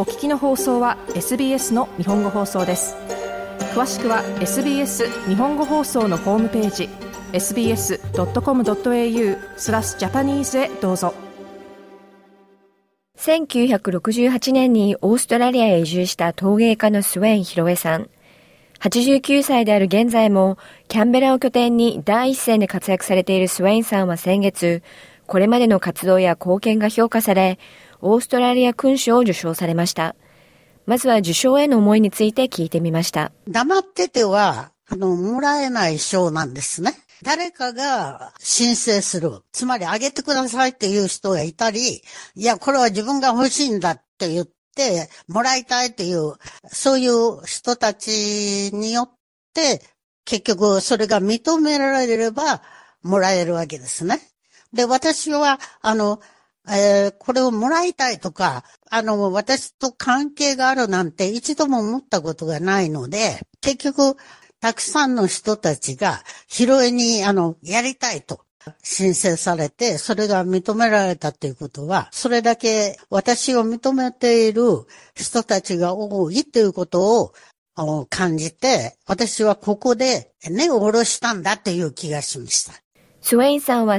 お聞きの放送は SBS の日本語放送です。詳しくは SBS 日本語放送のホームページ sbs.com.au/japanese へどうぞ。 1968年にオーストラリアへ移住した陶芸家のスウェイン・ヒロエさん。89歳である現在もキャンベラを拠点に第一線で活躍されているスウェインさんは先月、これまでの活動や貢献が評価され、オーストラリア勲章を受章されました。まずは受章への思いについて聞いてみました。 黙ってては、もらえない賞なんですね。誰かが申請する。つまり、あげてくださいっていう人がいたり、いや、これは自分が欲しいんだって言って、もらいたいっていう、そういう人たちによって、結局それが認められれば、もらえるわけですね。で、私は、これをもらいたいとか、私と関係があるなんて一度も思ったことがないので、結局、たくさんの人たちが、ヒロエに、やりたいと申請されて、それが認められたということは、それだけ私を認めている人たちが多いということを感じて、私はここで根を下ろしたんだという気がしました。 スウェインさんは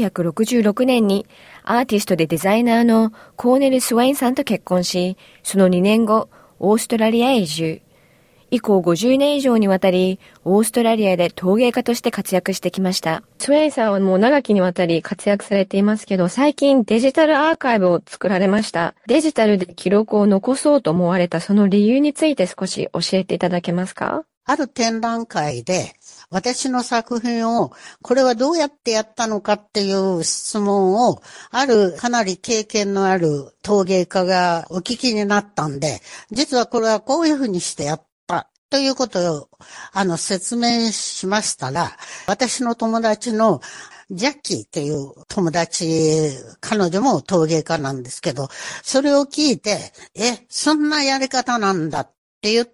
1966年にアーティストでデザイナーのコーネル・スウェインさんと結婚し、その2年後、オーストラリアへ移住。以降50年以上にわたり、オーストラリアで陶芸家として活躍してきました。スウェインさんはもう長きにわたり活躍されていますけど、最近デジタルアーカイブを作られました。デジタルで記録を残そうと思われたその理由について少し教えていただけますか？ ある展覧会で、私の作品を、これはどうやってやったのかっていう質問を、あるかなり経験のある陶芸家がお聞きになったんで、実はこれはこういうふうにしてやったということを、説明しましたら、私の友達のジャッキーっていう友達、彼女も陶芸家なんですけど、それを聞いて、そんなやり方なんだって言って、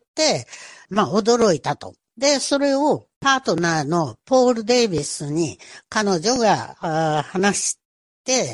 驚いたと。で、それをパートナーのポール・デイビスに彼女が話して、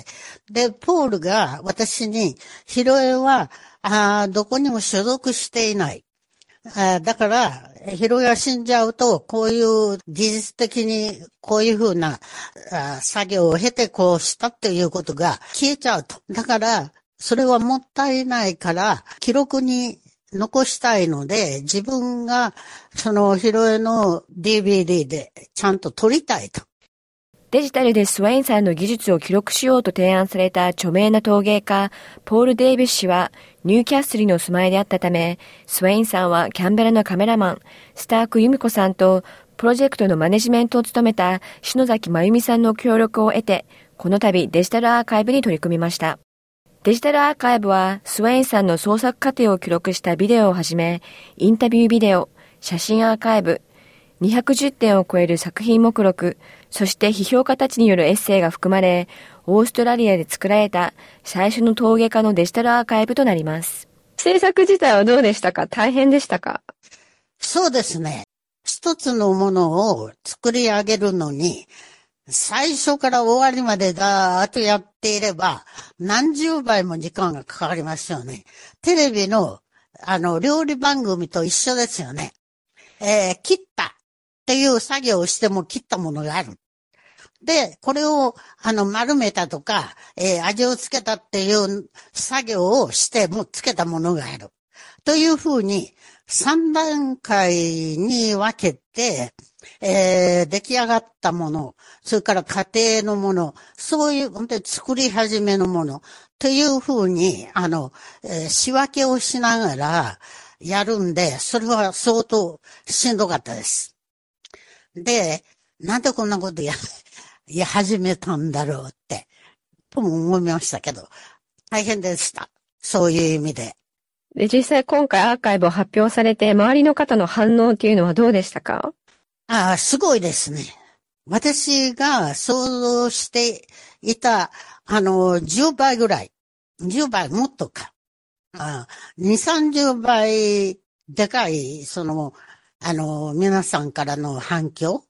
で、ポールが私に、ヒロエはどこにも所属していない。だから、ヒロエが死んじゃうと、こういう技術的にこういうふうな作業を経てこうしたっていうことが消えちゃうと。だから、それはもったいないから、記録に残したいので、自分がそのヒロエの DVD でちゃんと撮りたいと。 デジタルでスウェインさんの技術を記録しようと提案された著名な陶芸家、ポール・デイビス氏はニューキャッスルにお住まいであったため、スウェインさんはキャンベラのカメラマン、スターク・ユミコさんとプロジェクトのマネジメントを務めた篠崎真由美さんの協力を得て、この度デジタルアーカイブに取り組みました。デジタルアーカイブはスウェインさんの創作過程を記録したビデオをはじめ、インタビュービデオ、写真アーカイブ、210点を超える作品目録、そして批評家たちによるエッセイが含まれ、オーストラリアで作られた最初の陶芸家のデジタルアーカイブとなります。制作自体はどうでしたか？大変でしたか？ そうですね。一つのものを作り上げるのに、最初から終わりまでだーっとやっていれば、何十倍も時間がかかりますよね。テレビの、料理番組と一緒ですよね。切ったっていう作業をしても切ったものがある。で、これを、丸めたとか、味をつけたっていう作業をしてもつけたものがある。というふうに、3段階に分けて、出来上がったもの、それから家庭のもの、そういう、本当に作り始めのもの、というふうに、仕分けをしながらやるんで、それは相当しんどかったです。で、なんでこんなこと始めたんだろうって、とも思いましたけど、大変でした。そういう意味で。 で、実際今回アーカイブを発表されて、周りの方の反応っていうのはどうでしたか？ すごいですね。私が想像していた、10倍ぐらい。10倍もっとか。2、30倍でかい、皆さんからの反響。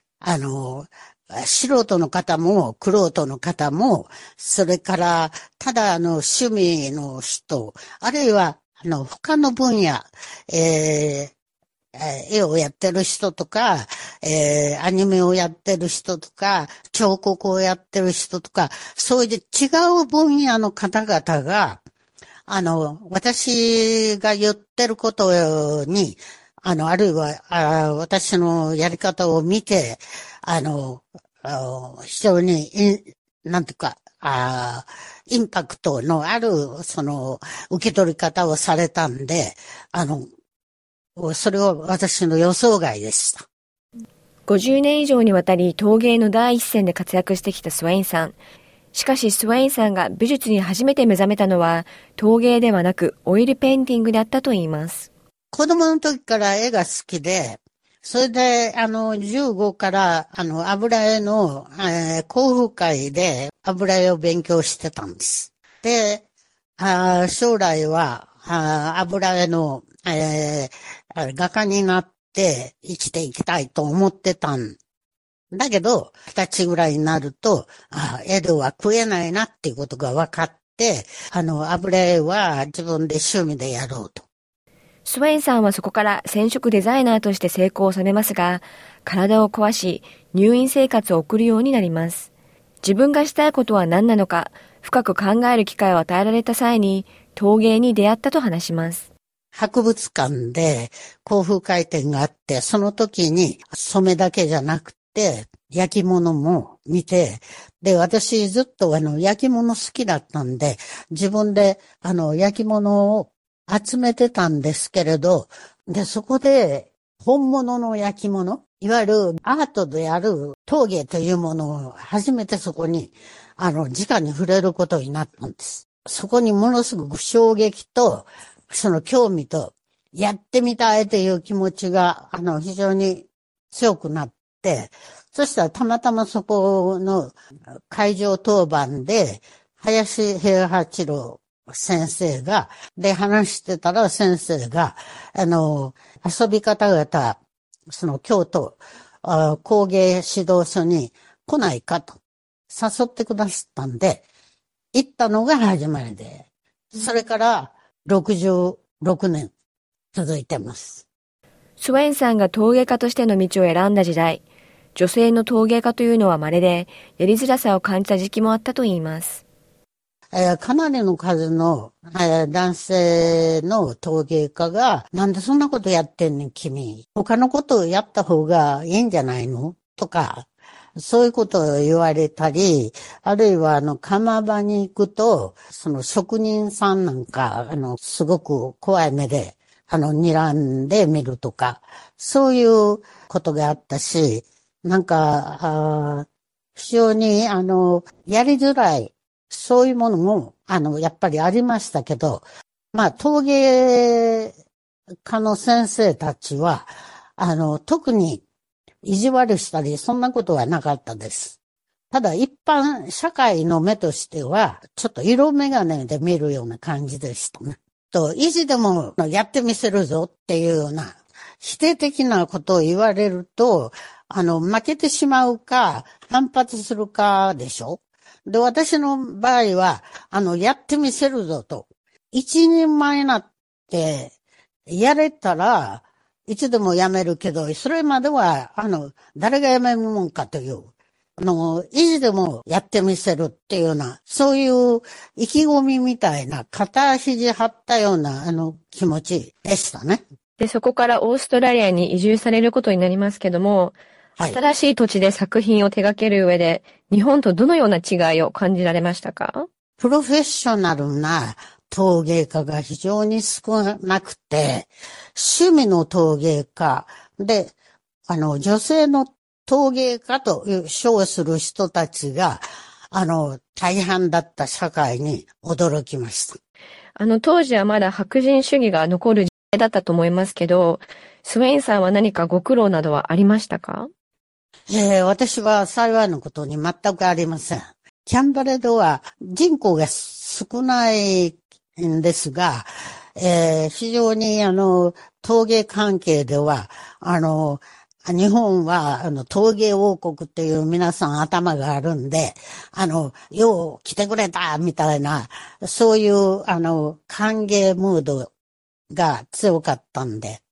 素人の方も、玄人の方も、それから、ただ趣味の人、あるいは、 他の分野、絵をやってる人とか、アニメをやってる人とか、彫刻をやってる人とか、そういう違う分野の方々が、私が言ってることに、あるいは、私のやり方を見て、非常に、なんていうか、インパクトのある、受け取り方をされたんで、それは私の予想外でした。 50年以上にわたり陶芸の第一線で活躍してきたスウェインさん。しかしスウェインさんが美術に初めて目覚めたのは陶芸ではなくオイルペインティングだったといいます。 子供の時から絵が好きで、それで、15から、油絵の、交付会で油絵を勉強してたんです。で、将来は、油絵の、画家になって生きていきたいと思ってたんだけど、20歳ぐらいになると、絵では食えないなっていうことが分かって、油絵は自分で趣味でやろうと。 スウェインさんはそこから染色デザイナーとして成功を収めますが、体を壊し、入院生活を送るようになります。自分がしたいことは何なのか、深く考える機会を与えられた際に、陶芸に出会ったと話します。 博物館で交風会展があって、その時に染めだけじゃなくて、焼き物も見て、で、私ずっと焼き物好きだったんで、自分で焼き物を集めてたんですけれど、で、そこで本物の焼き物、いわゆるアートである陶芸というものを初めてそこに、直に触れることになったんです。そこにものすごく衝撃と、その興味と、やってみたいという気持ちが、非常に強くなって、そしたらたまたまそこの会場当番で、林平八郎先生が、で話してたら先生が、遊び方々、その京都工芸指導所に来ないかと誘ってくださったんで、行ったのが始まりで、それから66年続いてます。 スウェインさんが陶芸家としての道を選んだ時代、女性の陶芸家というのは稀で、やりづらさを感じた時期もあったといいます。 かなりの数の、男性の陶芸家が、なんでそんなことやってんねん君。他のことをやった方がいいんじゃないのとか、そういうことを言われたり、あるいは窯場に行くと、その職人さんなんか、すごく怖い目で、睨んでみるとか、そういうことがあったし、なんか、非常に、やりづらい、そういうものも、やっぱりありましたけど、まあ、陶芸家の先生たちは、特に意地悪したり、そんなことはなかったです。ただ、一般社会の目としては、ちょっと色眼鏡で見るような感じでしたね。意地でもやってみせるぞっていうような、否定的なことを言われると、負けてしまうか、反発するかでしょ。で、私の場合は、やってみせるぞと。一人前になって、やれたら、いつでもやめるけど、それまでは、誰がやめるもんかという、意地でもやってみせるっていうような、そういう意気込みみたいな、片肘張ったような、気持ちでしたね。 で、そこからオーストラリアに移住されることになりますけども、はい、新しい土地で作品を手掛ける上で、日本とどのような違いを感じられましたか？ プロフェッショナルな陶芸家が非常に少なくて、趣味の陶芸家で、女性の陶芸家と称する人たちが、大半だった社会に驚きました。 当時はまだ白人主義が残る時代だったと思いますけど、スウェインさんは何かご苦労などはありましたか？ 私は幸いなことに全くありません。キャンベラでは人口が少ないんですが、非常に陶芸関係では、日本は陶芸王国っていう皆さん頭があるんで、よう来てくれたみたいな、そういう歓迎ムードが強かったんで、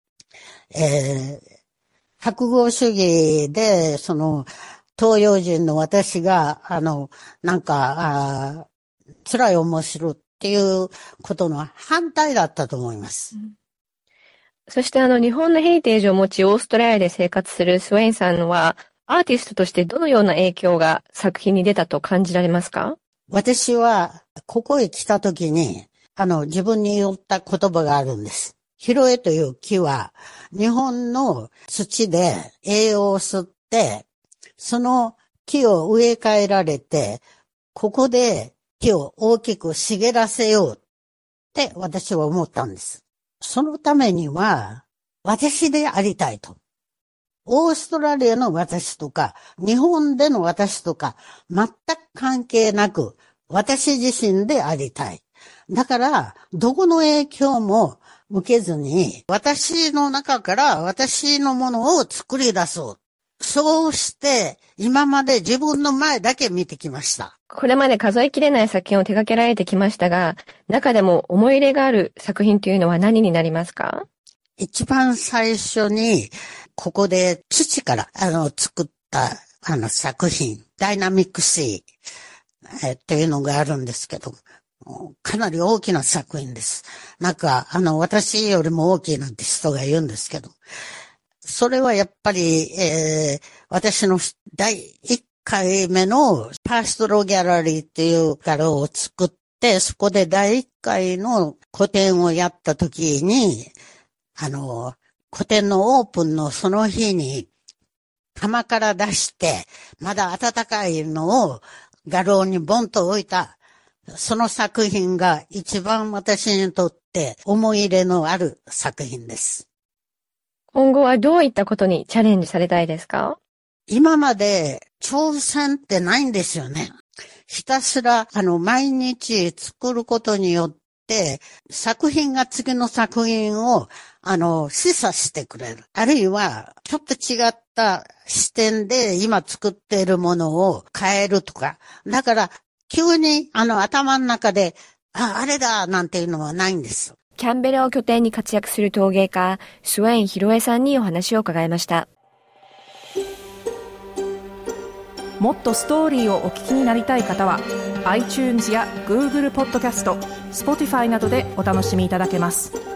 白豪主義で、東洋人の私が、辛い思いするっていうことの反対だったと思います。 そして日本のヘリテージを持ち、オーストラリアで生活するスウェインさんは、アーティストとしてどのような影響が作品に出たと感じられますか？ 私は、ここへ来た時に、自分に言った言葉があるんです。ヒロエという木は、日本の土で栄養を吸って、その木を植え替えられて、ここで木を大きく茂らせようって私は思ったんです。そのためには、私でありたいと。オーストラリアの私とか、日本での私とか、全く関係なく、私自身でありたい。だから、どこの影響も受けずに、私の中から私のものを作り出そう。そうして、今まで自分の前だけ見てきました。 これまで数えきれない作品を手掛けられてきましたが、中でも思い入れがある作品というのは何になりますか？ 一番最初に、ここで土から作った作品、ダイナミックシー、っていうのがあるんですけど、かなり大きな作品です。私よりも大きいなんて人が言うんですけど、それはやっぱり、私の第1回目のパーストロギャラリーっていう画廊を作って、そこで第1回の個展をやった時に、個展のオープンのその日に、窯から出して、まだ温かいのを画廊にボンと置いた、その作品が一番私にとって思い入れのある作品です。 今後はどういったことにチャレンジされたいですか？ 今まで挑戦ってないんですよね。ひたすら毎日作ることによって作品が次の作品を示唆してくれる。あるいはちょっと違った視点で今作っているものを変えるとか。だから急に頭の中であれだなんていうのはないんです。 キャンベラを拠点に活躍する陶芸家、スウェイン・ヒロエさんにお話を伺いました。 もっとストーリーをお聞きになりたい方は iTunes や Google ポッドキャスト、Spotify などでお楽しみいただけます。